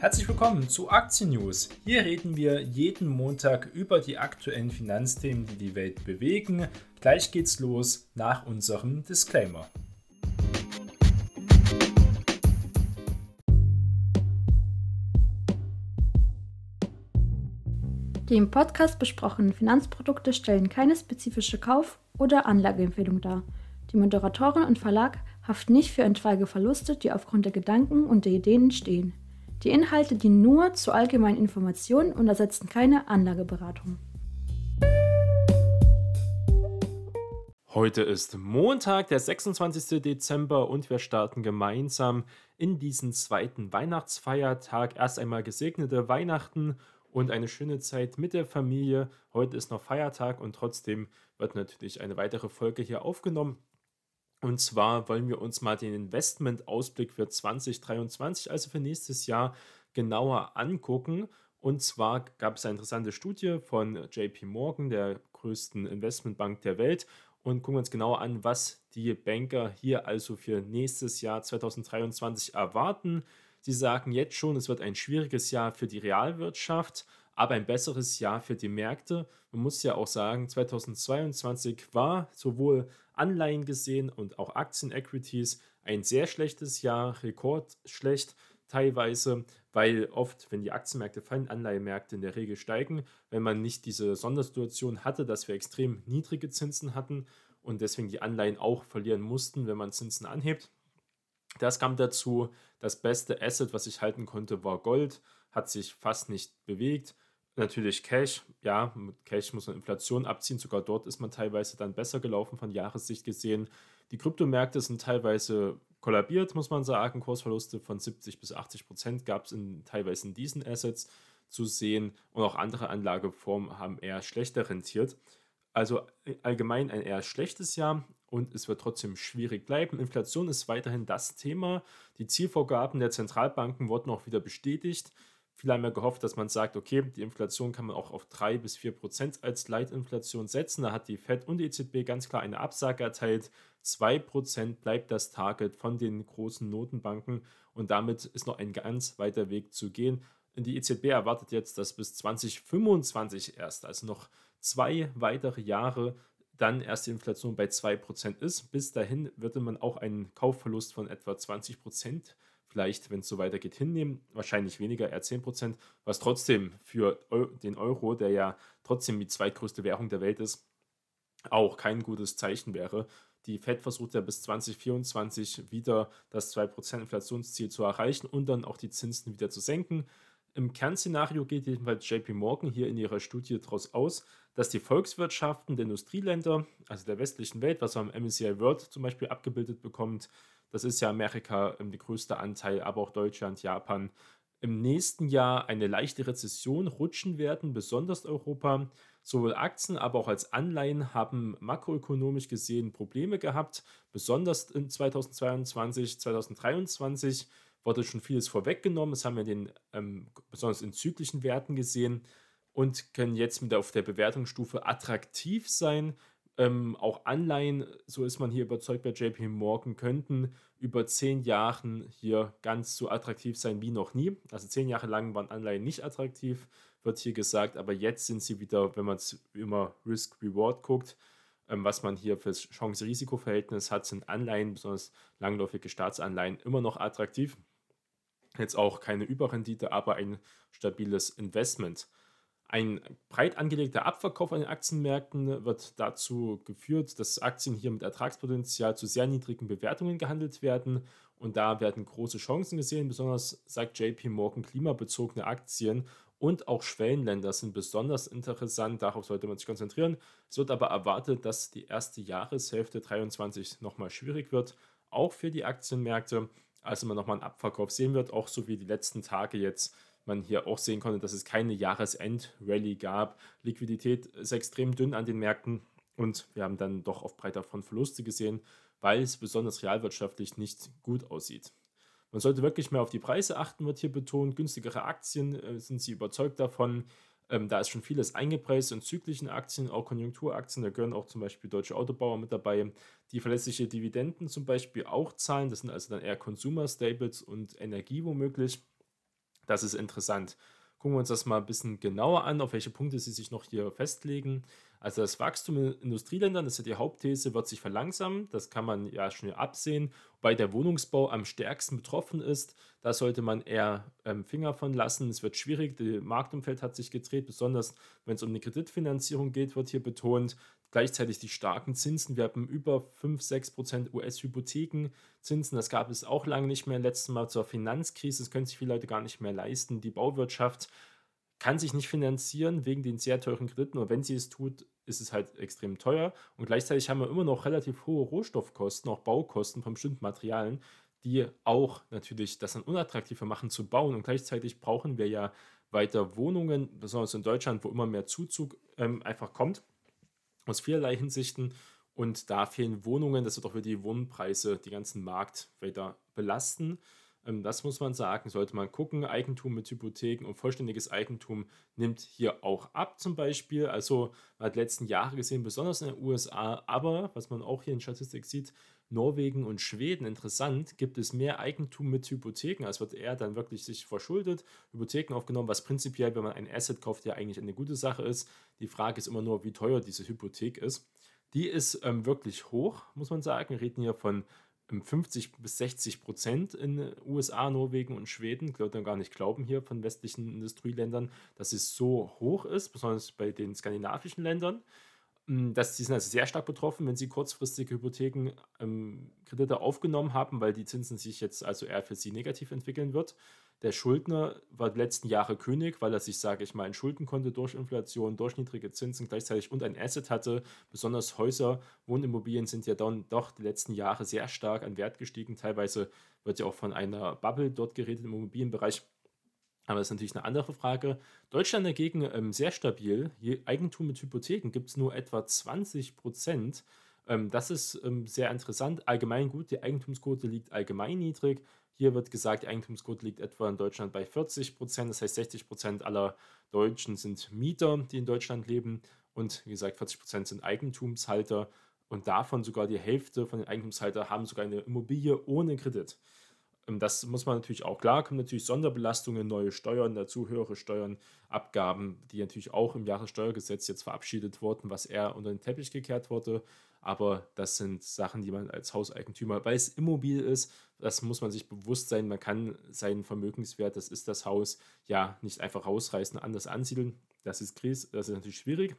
Herzlich willkommen zu Aktien News. Hier reden wir jeden Montag über die aktuellen Finanzthemen, die die Welt bewegen. Gleich geht's los nach unserem Disclaimer. Die im Podcast besprochenen Finanzprodukte stellen keine spezifische Kauf- oder Anlageempfehlung dar. Die Moderatorin und Verlag haften nicht für etwaige Verluste, die aufgrund der Gedanken und der Ideen entstehen. Die Inhalte dienen nur zur allgemeinen Information und ersetzen keine Anlageberatung. Heute ist Montag, der 26. Dezember und wir starten gemeinsam in diesen zweiten Weihnachtsfeiertag. Erst einmal gesegnete Weihnachten und eine schöne Zeit mit der Familie. Heute ist noch Feiertag und trotzdem wird natürlich eine weitere Folge hier aufgenommen. Und zwar wollen wir uns mal den Investmentausblick für 2023, also für nächstes Jahr, genauer angucken. Und zwar gab es eine interessante Studie von JP Morgan, der größten Investmentbank der Welt. Und gucken wir uns genauer an, was die Banker hier also für nächstes Jahr 2023 erwarten. Sie sagen jetzt schon, es wird ein schwieriges Jahr für die Realwirtschaft, aber ein besseres Jahr für die Märkte. Man muss ja auch sagen, 2022 war sowohl Anleihen gesehen und auch Aktien-Equities ein sehr schlechtes Jahr, rekordschlecht teilweise, weil oft, wenn die Aktienmärkte fallen, Anleihenmärkte in der Regel steigen, wenn man nicht diese Sondersituation hatte, dass wir extrem niedrige Zinsen hatten und deswegen die Anleihen auch verlieren mussten, wenn man Zinsen anhebt. Das kam dazu, das beste Asset, was ich halten konnte, war Gold, hat sich fast nicht bewegt. Natürlich Cash, ja, mit Cash muss man Inflation abziehen, sogar dort ist man teilweise dann besser gelaufen von Jahressicht gesehen. Die Kryptomärkte sind teilweise kollabiert, muss man sagen. Kursverluste von 70-80% gab es teilweise in diesen Assets zu sehen und auch andere Anlageformen haben eher schlechter rentiert. Also allgemein ein eher schlechtes Jahr und es wird trotzdem schwierig bleiben. Inflation ist weiterhin das Thema. Die Zielvorgaben der Zentralbanken wurden auch wieder bestätigt. Viele haben ja gehofft, dass man sagt, okay, die Inflation kann man auch auf 3-4% als Leitinflation setzen. Da hat die Fed und die EZB ganz klar eine Absage erteilt. 2% bleibt das Target von den großen Notenbanken und damit ist noch ein ganz weiter Weg zu gehen. Die EZB erwartet jetzt, dass bis 2025 erst, also noch 2 weitere Jahre, dann erst die Inflation bei 2% ist. Bis dahin würde man auch einen Kaufverlust von etwa 20%, vielleicht, wenn es so weitergeht, hinnehmen. Wahrscheinlich weniger, eher 10%, was trotzdem für den Euro, der ja trotzdem die zweitgrößte Währung der Welt ist, auch kein gutes Zeichen wäre. Die Fed versucht ja bis 2024 wieder das 2% Inflationsziel zu erreichen und dann auch die Zinsen wieder zu senken. Im Kernszenario geht jedenfalls JP Morgan hier in ihrer Studie daraus aus, dass die Volkswirtschaften der Industrieländer, also der westlichen Welt, was man am MSCI World zum Beispiel abgebildet bekommt, das ist ja Amerika der größte Anteil, aber auch Deutschland, Japan, im nächsten Jahr eine leichte Rezession rutschen werden, besonders Europa. Sowohl Aktien, aber auch als Anleihen haben makroökonomisch gesehen Probleme gehabt, besonders in 2022, 2023 wurde schon vieles vorweggenommen. Das haben wir besonders in zyklischen Werten gesehen und können jetzt wieder auf der Bewertungsstufe attraktiv sein. Auch Anleihen, so ist man hier überzeugt bei JP Morgan, könnten über 10 Jahren hier ganz so attraktiv sein wie noch nie. Also 10 Jahre lang waren Anleihen nicht attraktiv, wird hier gesagt, aber jetzt sind sie wieder, wenn man es immer Risk-Reward guckt, was man hier fürs Chance-Risiko-Verhältnis hat, sind Anleihen, besonders langläufige Staatsanleihen, immer noch attraktiv. Jetzt auch keine Überrendite, aber ein stabiles Investment. Ein breit angelegter Abverkauf an den Aktienmärkten wird dazu geführt, dass Aktien hier mit Ertragspotenzial zu sehr niedrigen Bewertungen gehandelt werden. Und da werden große Chancen gesehen, besonders sagt JP Morgan, klimabezogene Aktien und auch Schwellenländer sind besonders interessant. Darauf sollte man sich konzentrieren. Es wird aber erwartet, dass die erste Jahreshälfte 2023 nochmal schwierig wird, auch für die Aktienmärkte. Also man nochmal einen Abverkauf sehen wird, auch so wie die letzten Tage jetzt man hier auch sehen konnte, dass es keine Jahresend-Rallye gab. Liquidität ist extrem dünn an den Märkten und wir haben dann doch auf breiter Front Verluste gesehen, weil es besonders realwirtschaftlich nicht gut aussieht. Man sollte wirklich mehr auf die Preise achten, wird hier betont. Günstigere Aktien sind sie überzeugt davon. Da ist schon vieles eingepreist in zyklischen Aktien, auch Konjunkturaktien. Da gehören auch zum Beispiel deutsche Autobauer mit dabei, die verlässliche Dividenden zum Beispiel auch zahlen. Das sind also dann eher Consumer Staples und Energie womöglich. Das ist interessant. Gucken wir uns das mal ein bisschen genauer an, auf welche Punkte sie sich noch hier festlegen. Also das Wachstum in Industrieländern, das ist ja die Hauptthese, wird sich verlangsamen. Das kann man ja schnell absehen. Wobei der Wohnungsbau am stärksten betroffen ist. Da sollte man eher Finger von lassen. Es wird schwierig. Das Marktumfeld hat sich gedreht. Besonders wenn es um die Kreditfinanzierung geht, wird hier betont. Gleichzeitig die starken Zinsen. Wir haben über 5-6% US-Hypothekenzinsen. Das gab es auch lange nicht mehr. Letztes Mal zur Finanzkrise. Das können sich viele Leute gar nicht mehr leisten. Die Bauwirtschaft kann sich nicht finanzieren wegen den sehr teuren Krediten. Und wenn sie es tut, ist es halt extrem teuer. Und gleichzeitig haben wir immer noch relativ hohe Rohstoffkosten, auch Baukosten von bestimmten Materialien, die auch natürlich das dann unattraktiver machen zu bauen. Und gleichzeitig brauchen wir ja weiter Wohnungen, besonders in Deutschland, wo immer mehr Zuzug einfach kommt, aus vielerlei Hinsichten. Und da fehlen Wohnungen, das wird auch wieder die Wohnpreise, die ganzen Markt weiter belasten. Das muss man sagen, sollte man gucken. Eigentum mit Hypotheken und vollständiges Eigentum nimmt hier auch ab zum Beispiel. Also man hat letzten Jahre gesehen, besonders in den USA, aber was man auch hier in Statistik sieht, Norwegen und Schweden, interessant, gibt es mehr Eigentum mit Hypotheken, als wird er dann wirklich sich verschuldet, Hypotheken aufgenommen, was prinzipiell, wenn man ein Asset kauft, ja eigentlich eine gute Sache ist. Die Frage ist immer nur, wie teuer diese Hypothek ist. Die ist wirklich hoch, muss man sagen. Wir reden hier von 50-60% in USA, Norwegen und Schweden. Ich würde gar nicht glauben hier von westlichen Industrieländern, dass es so hoch ist, besonders bei den skandinavischen Ländern. Die sind also sehr stark betroffen, wenn sie kurzfristige Hypotheken, Kredite aufgenommen haben, weil die Zinsen sich jetzt also eher für sie negativ entwickeln wird. Der Schuldner war die letzten Jahre König, weil er sich, sage ich mal, entschulden konnte durch Inflation, durch niedrige Zinsen gleichzeitig und ein Asset hatte. Besonders Häuser, Wohnimmobilien sind ja dann doch die letzten Jahre sehr stark an Wert gestiegen. Teilweise wird ja auch von einer Bubble dort geredet im Immobilienbereich. Aber das ist natürlich eine andere Frage. Deutschland dagegen sehr stabil. Hier Eigentum mit Hypotheken gibt es nur etwa 20%. Das ist sehr interessant. Allgemein gut, die Eigentumsquote liegt allgemein niedrig. Hier wird gesagt, die Eigentumsquote liegt etwa in Deutschland bei 40%. Das heißt, 60% aller Deutschen sind Mieter, die in Deutschland leben. Und wie gesagt, 40% sind Eigentumshalter. Und davon sogar die Hälfte von den Eigentumshaltern haben sogar eine Immobilie ohne Kredit. Das muss man natürlich auch klar, kommen natürlich Sonderbelastungen, neue Steuern dazu, höhere Steuern, Abgaben, die natürlich auch im Jahressteuergesetz jetzt verabschiedet wurden, was eher unter den Teppich gekehrt wurde. Aber das sind Sachen, die man als Hauseigentümer, weil es immobil ist, das muss man sich bewusst sein, man kann seinen Vermögenswert, das ist das Haus, ja nicht einfach rausreißen, anders ansiedeln. Das ist natürlich schwierig.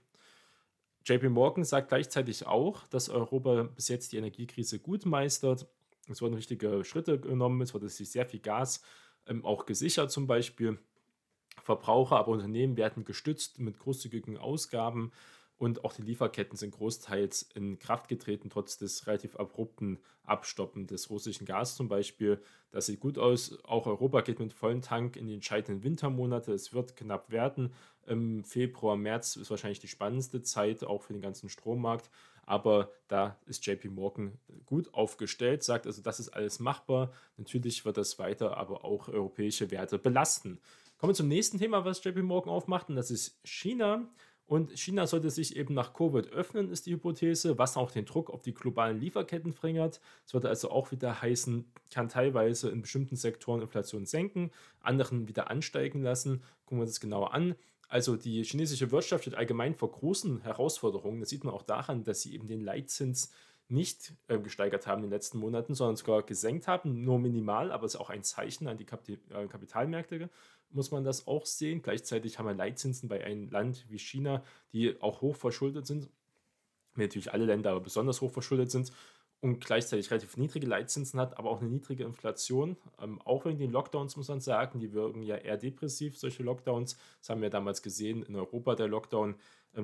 JP Morgan sagt gleichzeitig auch, dass Europa bis jetzt die Energiekrise gut meistert. Es wurden richtige Schritte genommen, es wurde sich sehr viel Gas auch gesichert zum Beispiel. Verbraucher, aber Unternehmen werden gestützt mit großzügigen Ausgaben und auch die Lieferketten sind großteils in Kraft getreten, trotz des relativ abrupten Abstoppen des russischen Gas zum Beispiel. Das sieht gut aus. Auch Europa geht mit vollem Tank in die entscheidenden Wintermonate. Es wird knapp werden. Im Februar, März ist wahrscheinlich die spannendste Zeit, auch für den ganzen Strommarkt. Aber da ist JP Morgan gut aufgestellt, sagt also, das ist alles machbar. Natürlich wird das weiter aber auch europäische Werte belasten. Kommen wir zum nächsten Thema, was JP Morgan aufmacht, und das ist China. Und China sollte sich eben nach Covid öffnen, ist die Hypothese, was auch den Druck auf die globalen Lieferketten verringert. Es würde also auch wieder heißen, kann teilweise in bestimmten Sektoren Inflation senken, anderen wieder ansteigen lassen. Gucken wir uns das genauer an. Also die chinesische Wirtschaft steht allgemein vor großen Herausforderungen. Das sieht man auch daran, dass sie eben den Leitzins nicht gesteigert haben in den letzten Monaten, sondern sogar gesenkt haben, nur minimal, aber es ist auch ein Zeichen an die Kapitalmärkte, muss man das auch sehen. Gleichzeitig haben wir Leitzinsen bei einem Land wie China, die auch hoch verschuldet sind, wie natürlich alle Länder aber besonders hoch verschuldet sind und gleichzeitig relativ niedrige Leitzinsen hat, aber auch eine niedrige Inflation. Auch wegen den Lockdowns muss man sagen, die wirken ja eher depressiv, solche Lockdowns. Das haben wir damals gesehen in Europa, der Lockdown.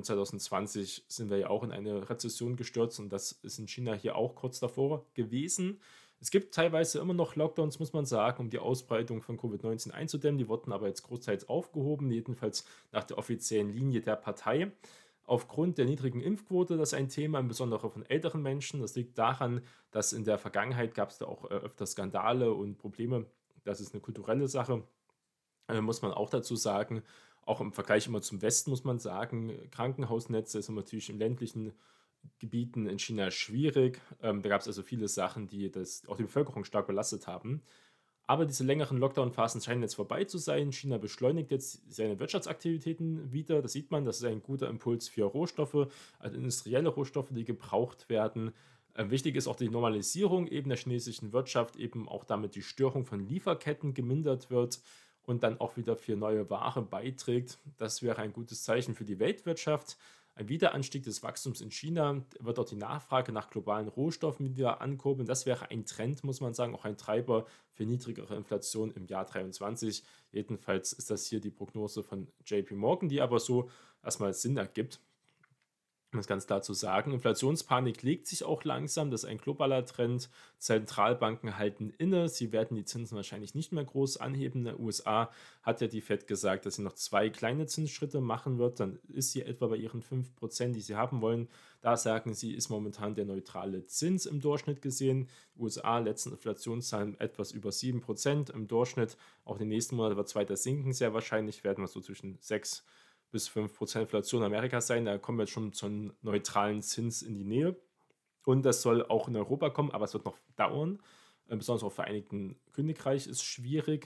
2020 sind wir ja auch in eine Rezession gestürzt und das ist in China hier auch kurz davor gewesen. Es gibt teilweise immer noch Lockdowns, muss man sagen, um die Ausbreitung von Covid-19 einzudämmen. Die wurden aber jetzt großteils aufgehoben, jedenfalls nach der offiziellen Linie der Partei. Aufgrund der niedrigen Impfquote, das ist ein Thema, insbesondere von älteren Menschen. Das liegt daran, dass in der Vergangenheit gab es da auch öfter Skandale und Probleme. Das ist eine kulturelle Sache, muss man auch dazu sagen. Auch im Vergleich immer zum Westen muss man sagen, Krankenhausnetze sind natürlich in ländlichen Gebieten in China schwierig. Da gab es also viele Sachen, die auch die Bevölkerung stark belastet haben. Aber diese längeren Lockdown-Phasen scheinen jetzt vorbei zu sein. China beschleunigt jetzt seine Wirtschaftsaktivitäten wieder. Das sieht man, das ist ein guter Impuls für Rohstoffe, also industrielle Rohstoffe, die gebraucht werden. Wichtig ist auch die Normalisierung eben der chinesischen Wirtschaft, eben auch damit die Störung von Lieferketten gemindert wird und dann auch wieder für neue Ware beiträgt. Das wäre ein gutes Zeichen für die Weltwirtschaft. Ein Wiederanstieg des Wachstums in China wird auch die Nachfrage nach globalen Rohstoffen wieder ankurbeln. Das wäre ein Trend, muss man sagen, auch ein Treiber für niedrigere Inflation im Jahr 2023. Jedenfalls ist das hier die Prognose von JP Morgan, die aber so erstmal Sinn ergibt. Um das ganz klar zu sagen, Inflationspanik legt sich auch langsam, das ist ein globaler Trend. Zentralbanken halten inne, sie werden die Zinsen wahrscheinlich nicht mehr groß anheben. In den USA hat ja die Fed gesagt, dass sie noch 2 kleine Zinsschritte machen wird, dann ist sie etwa bei ihren 5%, die sie haben wollen. Da sagen sie, ist momentan der neutrale Zins im Durchschnitt gesehen. USA, letzten Inflationszahlen etwas über 7% im Durchschnitt. Auch den nächsten Monat wird es weiter sinken, sehr wahrscheinlich werden wir so zwischen 6 bis 5% Inflation in Amerika sein. Da kommen wir jetzt schon zum neutralen Zins in die Nähe. Und das soll auch in Europa kommen, aber es wird noch dauern. Besonders auch im Vereinigten Königreich ist schwierig.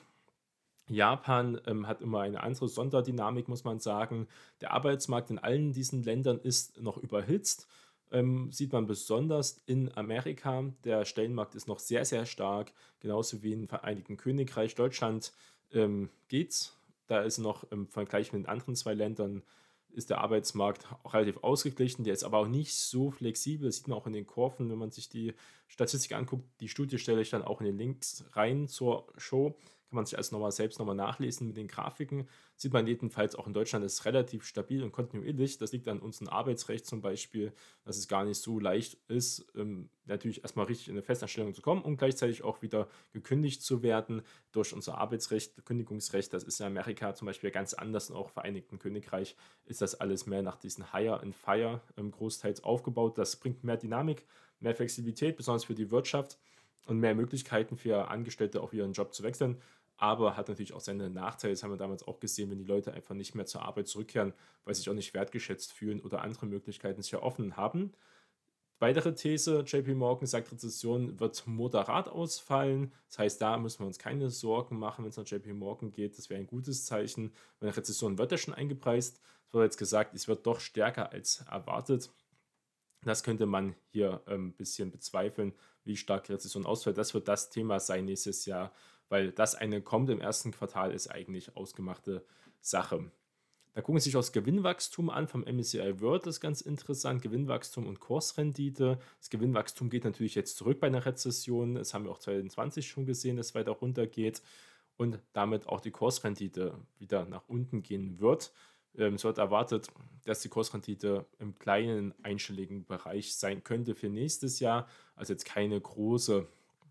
Japan hat immer eine andere Sonderdynamik, muss man sagen. Der Arbeitsmarkt in allen diesen Ländern ist noch überhitzt. Sieht man besonders in Amerika. Der Stellenmarkt ist noch sehr, sehr stark, genauso wie im Vereinigten Königreich. Deutschland geht's. Da ist noch im Vergleich mit den anderen 2 Ländern ist der Arbeitsmarkt auch relativ ausgeglichen. Der ist aber auch nicht so flexibel. Das sieht man auch in den Kurven, wenn man sich die Statistik anguckt. Die Studie stelle ich dann auch in den Links rein zur Show. Kann man sich also selbst nochmal nachlesen mit den Grafiken. Sieht man jedenfalls auch in Deutschland ist relativ stabil und kontinuierlich. Das liegt an unserem Arbeitsrecht zum Beispiel, dass es gar nicht so leicht ist, natürlich erstmal richtig in eine Festanstellung zu kommen und gleichzeitig auch wieder gekündigt zu werden durch unser Arbeitsrecht, Kündigungsrecht. Das ist in Amerika zum Beispiel ganz anders und auch im Vereinigten Königreich ist das alles mehr nach diesen Hire and Fire großteils aufgebaut. Das bringt mehr Dynamik, mehr Flexibilität, besonders für die Wirtschaft und mehr Möglichkeiten für Angestellte auch ihren Job zu wechseln. Aber hat natürlich auch seine Nachteile. Das haben wir damals auch gesehen, wenn die Leute einfach nicht mehr zur Arbeit zurückkehren, weil sie sich auch nicht wertgeschätzt fühlen oder andere Möglichkeiten sich eröffnen haben. Weitere These, JP Morgan sagt, Rezession wird moderat ausfallen. Das heißt, da müssen wir uns keine Sorgen machen, wenn es nach JP Morgan geht. Das wäre ein gutes Zeichen. Weil eine Rezession wird ja schon eingepreist. Es wurde jetzt gesagt, es wird doch stärker als erwartet. Das könnte man hier ein bisschen bezweifeln, wie stark die Rezession ausfällt. Das wird das Thema sein nächstes Jahr, weil das eine kommt im ersten Quartal, ist eigentlich ausgemachte Sache. Da gucken Sie sich auch das Gewinnwachstum an vom MSCI World, das ist ganz interessant. Gewinnwachstum und Kursrendite. Das Gewinnwachstum geht natürlich jetzt zurück bei einer Rezession. Das haben wir auch 2020 schon gesehen, dass es weiter runtergeht und damit auch die Kursrendite wieder nach unten gehen wird. Es wird erwartet, dass die Kursrendite im kleinen einstelligen Bereich sein könnte für nächstes Jahr. Also jetzt keine große,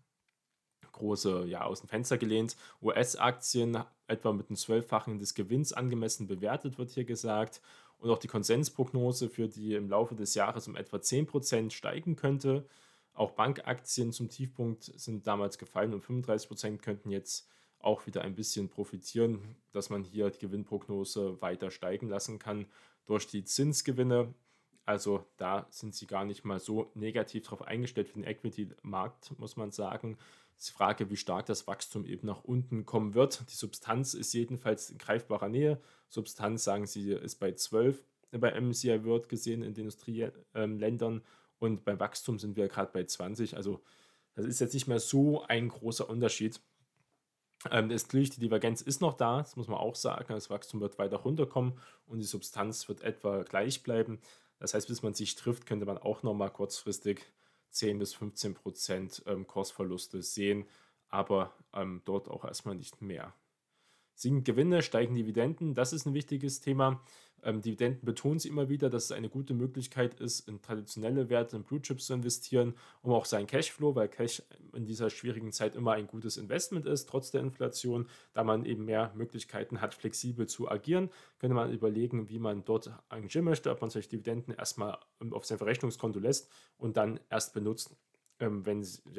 ja, aus dem Fenster gelehnt. US-Aktien etwa mit einem 12-fachen des Gewinns angemessen bewertet, wird hier gesagt. Und auch die Konsensprognose für die im Laufe des Jahres um etwa 10% steigen könnte. Auch Bankaktien zum Tiefpunkt sind damals gefallen und 35% könnten jetzt auch wieder ein bisschen profitieren, dass man hier die Gewinnprognose weiter steigen lassen kann durch die Zinsgewinne. Also da sind sie gar nicht mal so negativ darauf eingestellt für den Equity-Markt, muss man sagen. Es ist die Frage, wie stark das Wachstum eben nach unten kommen wird. Die Substanz ist jedenfalls in greifbarer Nähe. Substanz, sagen sie, ist bei 12 bei MSCI World gesehen in den Industrieländern und beim Wachstum sind wir gerade bei 20. Also das ist jetzt nicht mehr so ein großer Unterschied. Natürlich, die Divergenz ist noch da, das muss man auch sagen. Das Wachstum wird weiter runterkommen und die Substanz wird etwa gleich bleiben. Das heißt, bis man sich trifft, könnte man auch nochmal kurzfristig 10 bis 15% Kursverluste sehen, aber dort auch erstmal nicht mehr. Sinken Gewinne, steigen Dividenden, das ist ein wichtiges Thema. Dividenden betonen sie immer wieder, dass es eine gute Möglichkeit ist, in traditionelle Werte, in Blue Chips zu investieren, um auch seinen Cashflow, weil Cash in dieser schwierigen Zeit immer ein gutes Investment ist, trotz der Inflation, da man eben mehr Möglichkeiten hat, flexibel zu agieren, könnte man überlegen, wie man dort engagieren möchte, ob man solche Dividenden erstmal auf sein Verrechnungskonto lässt und dann erst benutzt, wenn ja,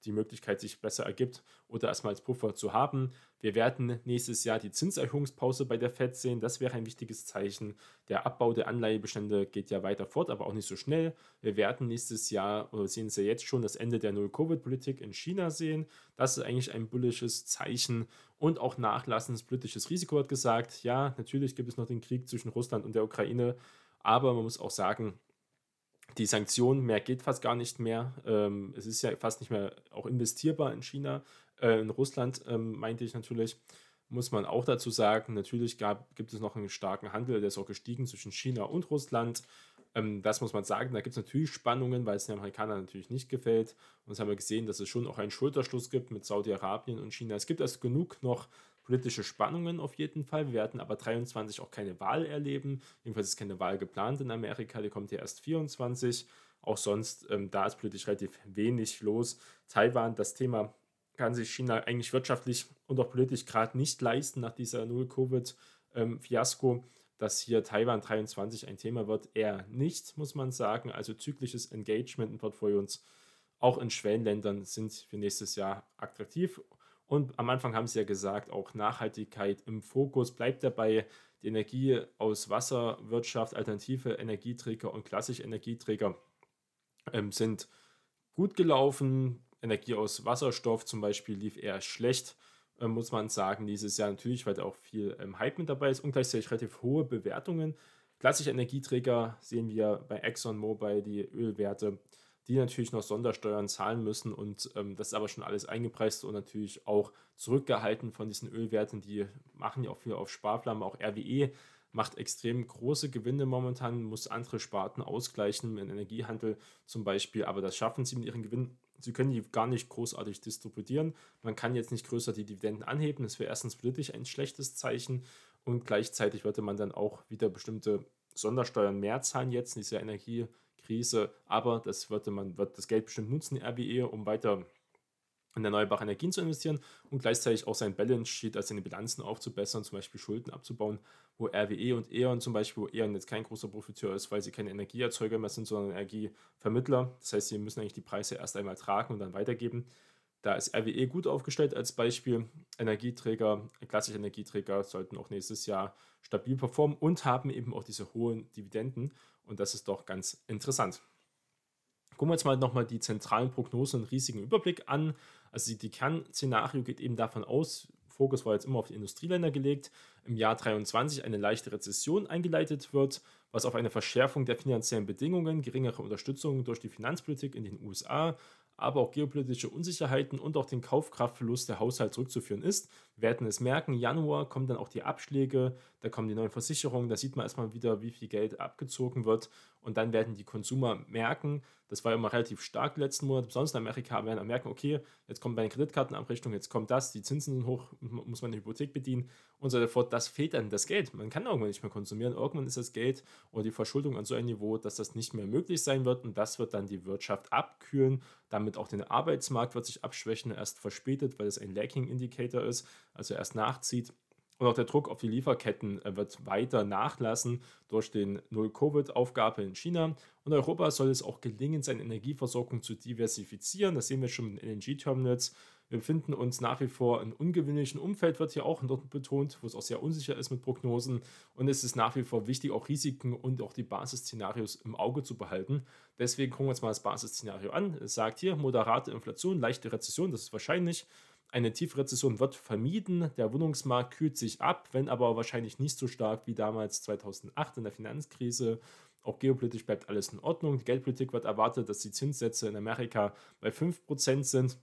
die Möglichkeit sich besser ergibt oder erstmal als Puffer zu haben. Wir werden nächstes Jahr die Zinserhöhungspause bei der Fed sehen. Das wäre ein wichtiges Zeichen. Der Abbau der Anleihebestände geht ja weiter fort, aber auch nicht so schnell. Wir werden nächstes Jahr, oder sehen es ja jetzt schon, das Ende der Null-Covid-Politik in China sehen. Das ist eigentlich ein bullisches Zeichen und auch nachlassendes politisches Risiko hat gesagt. Ja, natürlich gibt es noch den Krieg zwischen Russland und der Ukraine, aber man muss auch sagen, die Sanktionen, mehr geht fast gar nicht mehr. Es ist ja fast nicht mehr auch investierbar in China. In Russland meinte ich natürlich, muss man auch dazu sagen, natürlich gibt es noch einen starken Handel, der ist auch gestiegen zwischen China und Russland. Das muss man sagen, da gibt es natürlich Spannungen, weil es den Amerikanern natürlich nicht gefällt. Und das haben wir gesehen, dass es schon auch einen Schulterschluss gibt mit Saudi-Arabien und China. Es gibt also genug noch politische Spannungen auf jeden Fall. Wir werden aber 23 auch keine Wahl erleben. Jedenfalls ist keine Wahl geplant in Amerika, die kommt ja erst 24. Auch sonst, da ist politisch relativ wenig los. Taiwan, das Thema kann sich China eigentlich wirtschaftlich und auch politisch gerade nicht leisten nach dieser Null-Covid-Fiasko. Dass hier Taiwan 23 ein Thema wird, eher nicht, muss man sagen. Also zyklisches Engagement in Portfolios, auch in Schwellenländern, sind für nächstes Jahr attraktiv. Und am Anfang haben sie ja gesagt, auch Nachhaltigkeit im Fokus bleibt dabei. Die Energie aus Wasserwirtschaft, alternative Energieträger und klassische Energieträger sind gut gelaufen. Energie aus Wasserstoff zum Beispiel lief eher schlecht, muss man sagen, dieses Jahr natürlich, weil da auch viel Hype mit dabei ist und gleichzeitig relativ hohe Bewertungen. Klassische Energieträger sehen wir bei ExxonMobil, die Ölwerte, die natürlich noch Sondersteuern zahlen müssen und das ist aber schon alles eingepreist und natürlich auch zurückgehalten von diesen Ölwerten, die machen ja auch viel auf Sparflamme, auch RWE macht extrem große Gewinne momentan, muss andere Sparten ausgleichen, im Energiehandel zum Beispiel, aber das schaffen sie mit ihren Gewinnen. Sie können die gar nicht großartig distributieren. Man kann jetzt nicht größer die Dividenden anheben. Das wäre erstens politisch ein schlechtes Zeichen und gleichzeitig würde man dann auch wieder bestimmte Sondersteuern mehr zahlen jetzt in dieser Energiekrise. Aber wird das Geld bestimmt nutzen, RWE, um weiter in erneuerbare Energien zu investieren und gleichzeitig auch sein Balance Sheet, also seine Bilanzen aufzubessern, zum Beispiel Schulden abzubauen, wo RWE und E.ON zum Beispiel, wo E.ON jetzt kein großer Profiteur ist, weil sie keine Energieerzeuger mehr sind, sondern Energievermittler. Das heißt, sie müssen eigentlich die Preise erst einmal tragen und dann weitergeben. Da ist RWE gut aufgestellt als Beispiel. Energieträger, klassische Energieträger sollten auch nächstes Jahr stabil performen und haben eben auch diese hohen Dividenden. Und das ist doch ganz interessant. Gucken wir uns mal nochmal die zentralen Prognosen und riesigen Überblick an. Also die Kernszenario geht eben davon aus, Fokus war jetzt immer auf die Industrieländer gelegt, im Jahr 2023 eine leichte Rezession eingeleitet wird, was auf eine Verschärfung der finanziellen Bedingungen, geringere Unterstützung durch die Finanzpolitik in den USA, aber auch geopolitische Unsicherheiten und auch den Kaufkraftverlust der Haushalte zurückzuführen ist. Wir werden es merken, Januar kommen dann auch die Abschläge, da kommen die neuen Versicherungen, da sieht man erstmal wieder, wie viel Geld abgezogen wird und dann werden die Konsumer merken, das war ja immer relativ stark die letzten Monate, besonders in Amerika, werden dann merken, okay, jetzt kommt meine Kreditkartenabrechnung, jetzt kommt das, die Zinsen sind hoch, muss man eine Hypothek bedienen und so fort. Das fehlt dann das Geld. Man kann irgendwann nicht mehr konsumieren. Irgendwann ist das Geld oder die Verschuldung an so ein Niveau, dass das nicht mehr möglich sein wird und das wird dann die Wirtschaft abkühlen. Damit auch der Arbeitsmarkt wird sich abschwächen, erst verspätet, weil es ein Lagging Indicator ist, also erst nachzieht. Und auch der Druck auf die Lieferketten wird weiter nachlassen durch den Null-Covid-Aufgabe in China. Und Europa soll es auch gelingen, seine Energieversorgung zu diversifizieren. Das sehen wir schon mit den LNG-Terminals. Wir befinden uns nach wie vor in ungewöhnlichen Umfeld, wird hier auch dort betont, wo es auch sehr unsicher ist mit Prognosen. Und es ist nach wie vor wichtig, auch Risiken und auch die Basisszenarios im Auge zu behalten. Deswegen gucken wir uns mal das Basisszenario an. Es sagt hier, moderate Inflation, leichte Rezession, das ist wahrscheinlich. Eine tiefe Rezession wird vermieden, der Wohnungsmarkt kühlt sich ab, wenn aber wahrscheinlich nicht so stark wie damals 2008 in der Finanzkrise. Auch geopolitisch bleibt alles in Ordnung. Die Geldpolitik wird erwartet, dass die Zinssätze in Amerika bei 5% sind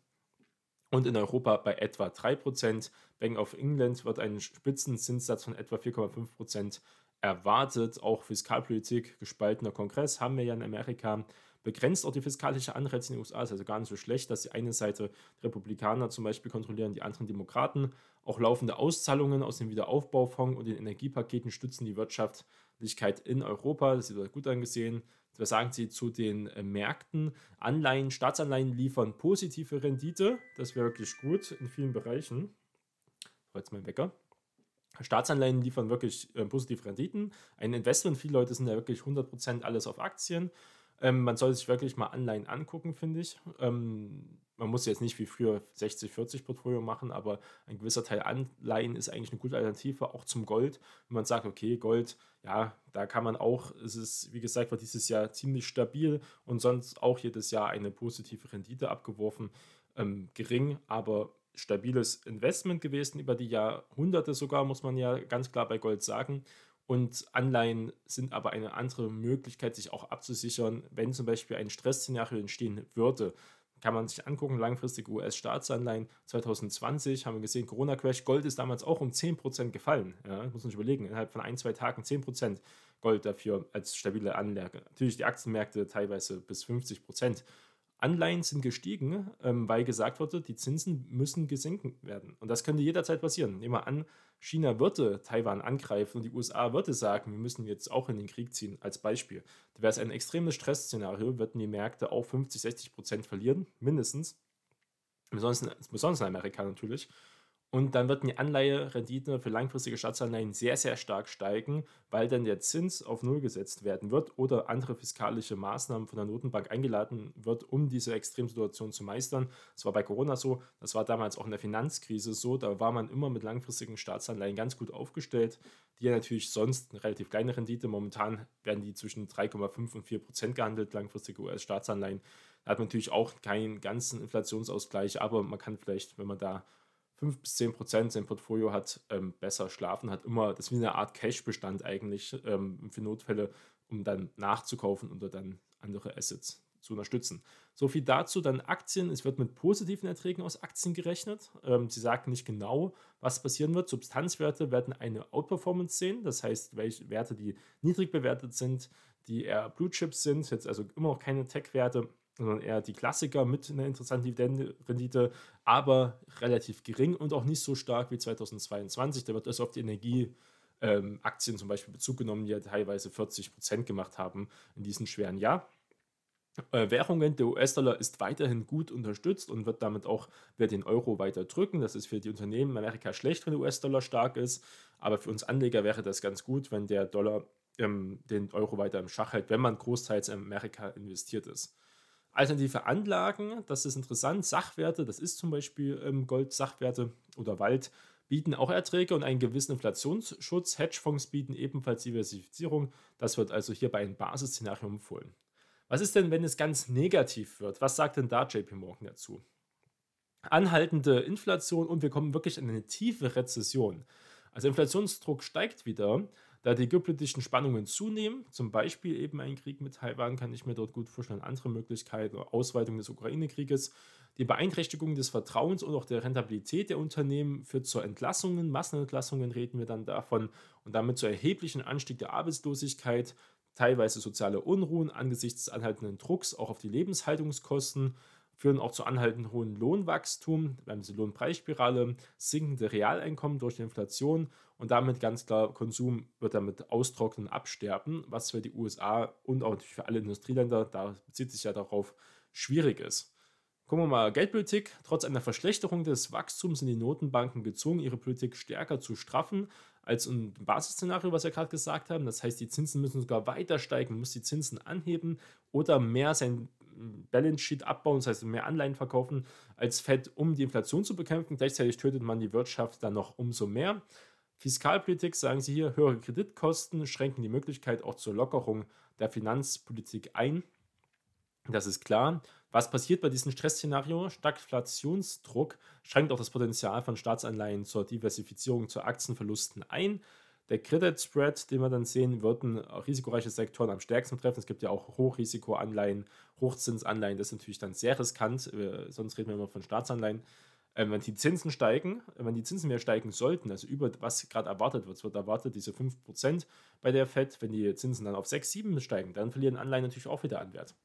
und in Europa bei etwa 3%. Bank of England wird einen Spitzenzinssatz von etwa 4,5% erwartet. Auch Fiskalpolitik, gespaltener Kongress haben wir ja in Amerika. Begrenzt auch die fiskalische Anreize in den USA. Ist also gar nicht so schlecht, dass die eine Seite die Republikaner zum Beispiel kontrollieren, die anderen Demokraten. Auch laufende Auszahlungen aus dem Wiederaufbaufonds und den Energiepaketen stützen die Wirtschaftlichkeit in Europa. Das ist gut angesehen. Was sagen Sie zu den Märkten? Anleihen, Staatsanleihen liefern positive Rendite. Das wäre wirklich gut in vielen Bereichen. Jetzt mein Wecker. Staatsanleihen liefern wirklich positive Renditen. Ein Investment, viele Leute sind ja wirklich 100% alles auf Aktien. Man soll sich wirklich mal Anleihen angucken, finde ich. Man Man muss jetzt nicht wie früher 60-40 Portfolio machen, aber ein gewisser Teil Anleihen ist eigentlich eine gute Alternative, auch zum Gold. Wenn man sagt, okay, Gold, ja, da kann man auch, es ist, wie gesagt, war dieses Jahr ziemlich stabil und sonst auch jedes Jahr eine positive Rendite abgeworfen. Gering, aber stabiles Investment gewesen über die Jahrhunderte sogar, muss man ja ganz klar bei Gold sagen. Und Anleihen sind aber eine andere Möglichkeit, sich auch abzusichern, wenn zum Beispiel ein Stressszenario entstehen würde. Kann man sich angucken, langfristige US-Staatsanleihen 2020, haben wir gesehen, Corona-Crash, Gold ist damals auch um 10% gefallen. Ja, muss man sich überlegen, innerhalb von ein, zwei Tagen 10% Gold dafür als stabile Anlage. Natürlich die Aktienmärkte teilweise bis 50%. Anleihen sind gestiegen, weil gesagt wurde, die Zinsen müssen gesenkt werden. Und das könnte jederzeit passieren. Nehmen wir an, China würde Taiwan angreifen und die USA würde sagen, wir müssen jetzt auch in den Krieg ziehen, als Beispiel. Da wäre es ein extremes Stressszenario, würden die Märkte auch 50-60% verlieren, mindestens. Besonders in Amerika natürlich. Und dann wird die Anleiherendite für langfristige Staatsanleihen sehr, sehr stark steigen, weil dann der Zins auf Null gesetzt werden wird oder andere fiskalische Maßnahmen von der Notenbank eingeladen wird, um diese Extremsituation zu meistern. Das war bei Corona so, das war damals auch in der Finanzkrise so. Da war man immer mit langfristigen Staatsanleihen ganz gut aufgestellt, die ja natürlich sonst eine relativ kleine Rendite. Momentan werden die zwischen 3,5 und 4% gehandelt, langfristige US-Staatsanleihen. Da hat man natürlich auch keinen ganzen Inflationsausgleich, aber man kann vielleicht, wenn man da 5-10% sein Portfolio hat, besser schlafen, hat immer, das ist wie eine Art Cash-Bestand eigentlich für Notfälle, um dann nachzukaufen oder dann andere Assets zu unterstützen. So viel dazu, dann Aktien. Es wird mit positiven Erträgen aus Aktien gerechnet. Sie sagen nicht genau, was passieren wird. Substanzwerte werden eine Outperformance sehen, das heißt, welche Werte, die niedrig bewertet sind, die eher Blue Chips sind, jetzt also immer noch keine Tech-Werte, sondern eher die Klassiker mit einer interessanten Dividendenrendite, aber relativ gering und auch nicht so stark wie 2022. Da wird es auf die Energieaktien zum Beispiel Bezug genommen, die ja teilweise 40% gemacht haben in diesem schweren Jahr. Währungen, der US-Dollar ist weiterhin gut unterstützt und wird damit auch wieder den Euro weiter drücken. Das ist für die Unternehmen in Amerika schlecht, wenn der US-Dollar stark ist, aber für uns Anleger wäre das ganz gut, wenn der Dollar den Euro weiter im Schach hält, wenn man großteils in Amerika investiert ist. Alternative Anlagen, das ist interessant. Sachwerte, das ist zum Beispiel Gold, Sachwerte oder Wald, bieten auch Erträge und einen gewissen Inflationsschutz. Hedgefonds bieten ebenfalls Diversifizierung. Das wird also hier bei einem Basisszenario empfohlen. Was ist denn, wenn es ganz negativ wird? Was sagt denn da JP Morgan dazu? Anhaltende Inflation und wir kommen wirklich in eine tiefe Rezession. Also Inflationsdruck steigt wieder, da die geopolitischen Spannungen zunehmen, zum Beispiel eben ein Krieg mit Taiwan, kann ich mir dort gut vorstellen, andere Möglichkeiten, Ausweitung des Ukraine-Krieges. Die Beeinträchtigung des Vertrauens und auch der Rentabilität der Unternehmen führt zu Entlassungen, Massenentlassungen reden wir dann davon und damit zu erheblichen Anstieg der Arbeitslosigkeit, teilweise soziale Unruhen angesichts des anhaltenden Drucks auch auf die Lebenshaltungskosten, führen auch zu anhaltend hohem Lohnwachstum, wir haben diese Lohnpreisspirale, sinkende Realeinkommen durch die Inflation und damit ganz klar, Konsum wird damit austrocknen, absterben, was für die USA und auch natürlich für alle Industrieländer, da bezieht sich ja darauf, schwierig ist. Gucken wir mal, Geldpolitik. Trotz einer Verschlechterung des Wachstums sind die Notenbanken gezwungen, ihre Politik stärker zu straffen als im Basisszenario, was wir gerade gesagt haben. Das heißt, die Zinsen müssen sogar weiter steigen, man muss die Zinsen anheben oder mehr sein Balance Sheet abbauen, das heißt mehr Anleihen verkaufen als Fed, um die Inflation zu bekämpfen. Gleichzeitig tötet man die Wirtschaft dann noch umso mehr. Fiskalpolitik, sagen sie hier, höhere Kreditkosten schränken die Möglichkeit auch zur Lockerung der Finanzpolitik ein. Das ist klar. Was passiert bei diesem Stressszenario? Stagflationsdruck schränkt auch das Potenzial von Staatsanleihen zur Diversifizierung zu Aktienverlusten ein. Der Credit Spread, den wir dann sehen, würden risikoreiche Sektoren am stärksten treffen. Es gibt ja auch Hochrisikoanleihen, Hochzinsanleihen, das ist natürlich dann sehr riskant, sonst reden wir immer von Staatsanleihen. Wenn die Zinsen steigen, wenn die Zinsen mehr steigen sollten, also über was gerade erwartet wird, es wird erwartet, diese 5% bei der Fed, wenn die Zinsen dann auf 6, 7 steigen, dann verlieren Anleihen natürlich auch wieder an Wert.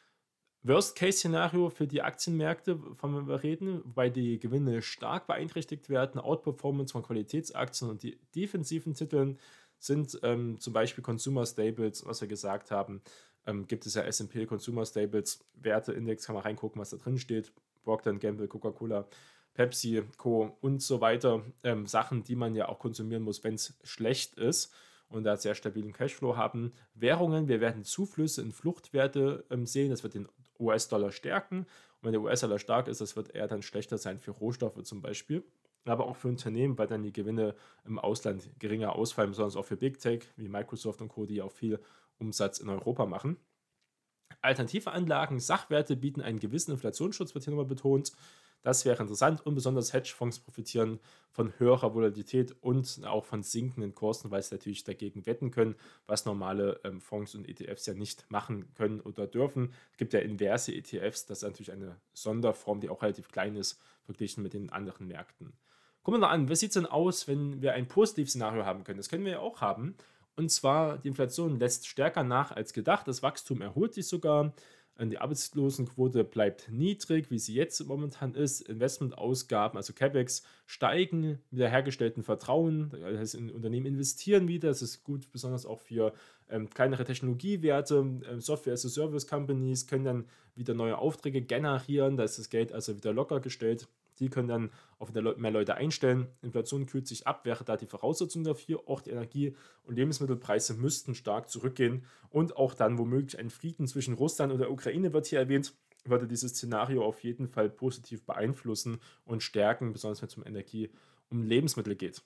Worst-Case-Szenario für die Aktienmärkte, von dem wir reden, wobei die Gewinne stark beeinträchtigt werden. Outperformance von Qualitätsaktien und die defensiven Titeln sind zum Beispiel Consumer Staples, was wir gesagt haben. Gibt es ja S&P Consumer Staples, Werteindex, kann man reingucken, was da drin steht. Procter & Gamble, Coca-Cola, Pepsi, Co. und so weiter. Sachen, die man ja auch konsumieren muss, wenn es schlecht ist und da sehr stabilen Cashflow haben. Währungen, wir werden Zuflüsse in Fluchtwerte sehen, das wird den US-Dollar stärken wenn der US-Dollar stark ist, das wird eher dann schlechter sein für Rohstoffe zum Beispiel. Aber auch für Unternehmen, weil dann die Gewinne im Ausland geringer ausfallen, besonders auch für Big Tech wie Microsoft und Co., die auch viel Umsatz in Europa machen. Alternative Anlagen, Sachwerte bieten einen gewissen Inflationsschutz, wird hier nochmal betont. Das wäre interessant und besonders Hedgefonds profitieren von höherer Volatilität und auch von sinkenden Kursen, weil sie natürlich dagegen wetten können, was normale Fonds und ETFs ja nicht machen können oder dürfen. Es gibt ja inverse ETFs, das ist natürlich eine Sonderform, die auch relativ klein ist, verglichen mit den anderen Märkten. Gucken wir noch an, was sieht es denn aus, wenn wir ein Positivszenario haben können? Das können wir ja auch haben. Und zwar, die Inflation lässt stärker nach als gedacht. Das Wachstum erholt sich sogar. Die Arbeitslosenquote bleibt niedrig, wie sie jetzt momentan ist. Investmentausgaben, also CapEx, steigen, wiederhergestellten Vertrauen. Das heißt, in Unternehmen investieren wieder. Das ist gut, besonders auch für kleinere Technologiewerte. Software-as-a-Service-Companies können dann wieder neue Aufträge generieren. Da ist das Geld also wieder locker gestellt. Die können dann auch wieder mehr Leute einstellen. Inflation kühlt sich ab, wäre da die Voraussetzung dafür. Auch die Energie- und Lebensmittelpreise müssten stark zurückgehen. Und auch dann womöglich ein Frieden zwischen Russland und der Ukraine wird hier erwähnt, würde dieses Szenario auf jeden Fall positiv beeinflussen und stärken, besonders wenn es um Energie und Lebensmittel geht.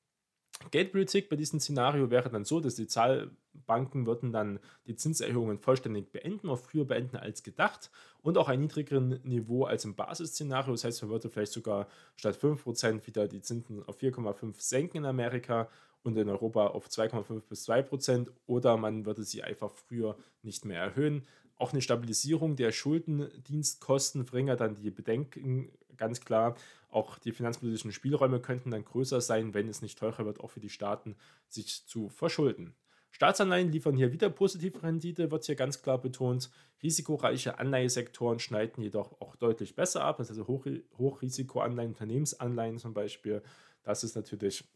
Geldpolitik bei diesem Szenario wäre dann so, dass die Zentralbanken würden dann die Zinserhöhungen vollständig beenden, auch früher beenden als gedacht und auch ein niedrigeren Niveau als im Basisszenario. Das heißt, man würde vielleicht sogar statt 5% wieder die Zinsen auf 4,5 senken in Amerika und in Europa auf 2,5 bis 2% oder man würde sie einfach früher nicht mehr erhöhen. Auch eine Stabilisierung der Schuldendienstkosten bringt dann die Bedenken ganz klar. Auch die finanzpolitischen Spielräume könnten dann größer sein, wenn es nicht teurer wird, auch für die Staaten, sich zu verschulden. Staatsanleihen liefern hier wieder positive Rendite, wird hier ganz klar betont. Risikoreiche Anleihesektoren schneiden jedoch auch deutlich besser ab. Das ist also Hochrisikoanleihen, Unternehmensanleihen zum Beispiel. Das ist natürlich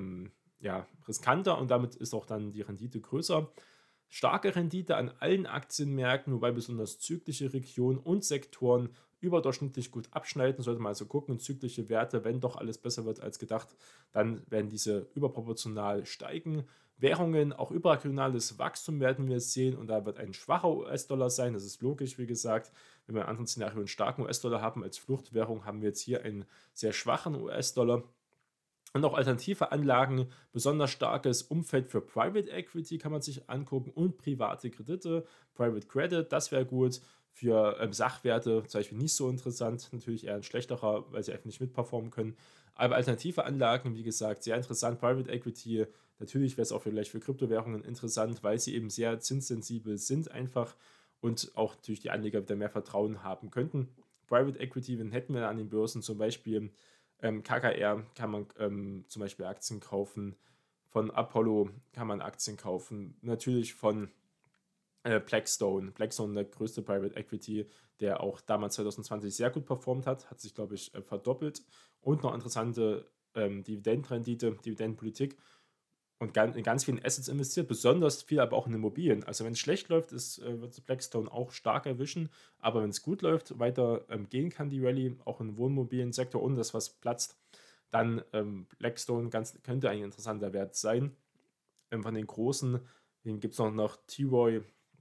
riskanter und damit ist auch dann die Rendite größer. Starke Rendite an allen Aktienmärkten, wobei besonders zyklische Regionen und Sektoren überdurchschnittlich gut abschneiden. Sollte man also gucken, zyklische Werte, wenn doch alles besser wird als gedacht, dann werden diese überproportional steigen. Währungen, auch überregionales Wachstum werden wir sehen und da wird ein schwacher US-Dollar sein. Das ist logisch, wie gesagt. Wenn wir in anderen Szenarien einen starken US-Dollar haben als Fluchtwährung, haben wir jetzt hier einen sehr schwachen US-Dollar. Und auch alternative Anlagen, besonders starkes Umfeld für Private Equity kann man sich angucken und private Kredite, Private Credit, das wäre gut. Für Sachwerte zum Beispiel nicht so interessant, natürlich eher ein schlechterer, weil sie einfach nicht mitperformen können. Aber alternative Anlagen, wie gesagt, sehr interessant. Private Equity, natürlich wäre es auch vielleicht für Kryptowährungen interessant, weil sie eben sehr zinssensibel sind einfach und auch natürlich die Anleger wieder mehr Vertrauen haben könnten. Private Equity, wenn hätten wir an den Börsen zum Beispiel KKR kann man zum Beispiel Aktien kaufen, von Apollo kann man Aktien kaufen, natürlich von Blackstone. Blackstone, der größte Private Equity, der auch damals 2020 sehr gut performt hat sich, glaube ich, verdoppelt. Und noch interessante Dividendenrendite, Dividendenpolitik und in ganz vielen Assets investiert, besonders viel aber auch in Immobilien. Also wenn es schlecht läuft, wird Blackstone auch stark erwischen, aber wenn es gut läuft, weiter gehen kann die Rallye, auch im Wohnmobiliensektor, ohne dass was platzt, dann Blackstone könnte ein interessanter Wert sein. Von den großen, den gibt es noch T-Roy,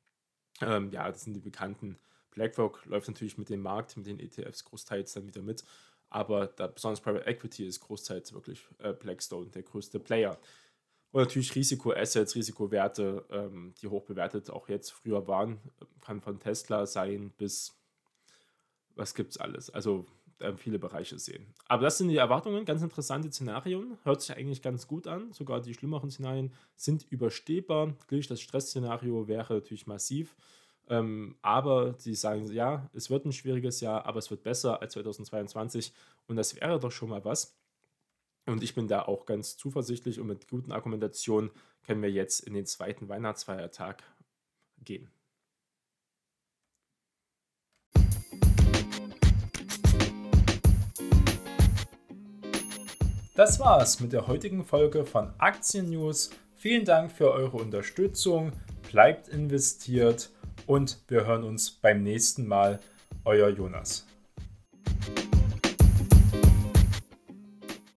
das sind die bekannten. BlackRock läuft natürlich mit dem Markt, mit den ETFs großteils dann wieder mit, aber besonders Private Equity ist großteils wirklich Blackstone, der größte Player. Und natürlich Risikoassets, Risikowerte, die hoch bewertet auch jetzt früher waren. Kann von Tesla sein bis, was gibt es alles? Also viele Bereiche sehen. Aber das sind die Erwartungen, ganz interessante Szenarien. Hört sich eigentlich ganz gut an. Sogar die schlimmeren Szenarien sind überstehbar. Natürlich, das Stressszenario wäre natürlich massiv. Aber sie sagen, ja, es wird ein schwieriges Jahr, aber es wird besser als 2022. Und das wäre doch schon mal was. Und ich bin da auch ganz zuversichtlich und mit guten Argumentationen können wir jetzt in den zweiten Weihnachtsfeiertag gehen. Das war's mit der heutigen Folge von Aktien News. Vielen Dank für eure Unterstützung. Bleibt investiert und wir hören uns beim nächsten Mal. Euer Jonas.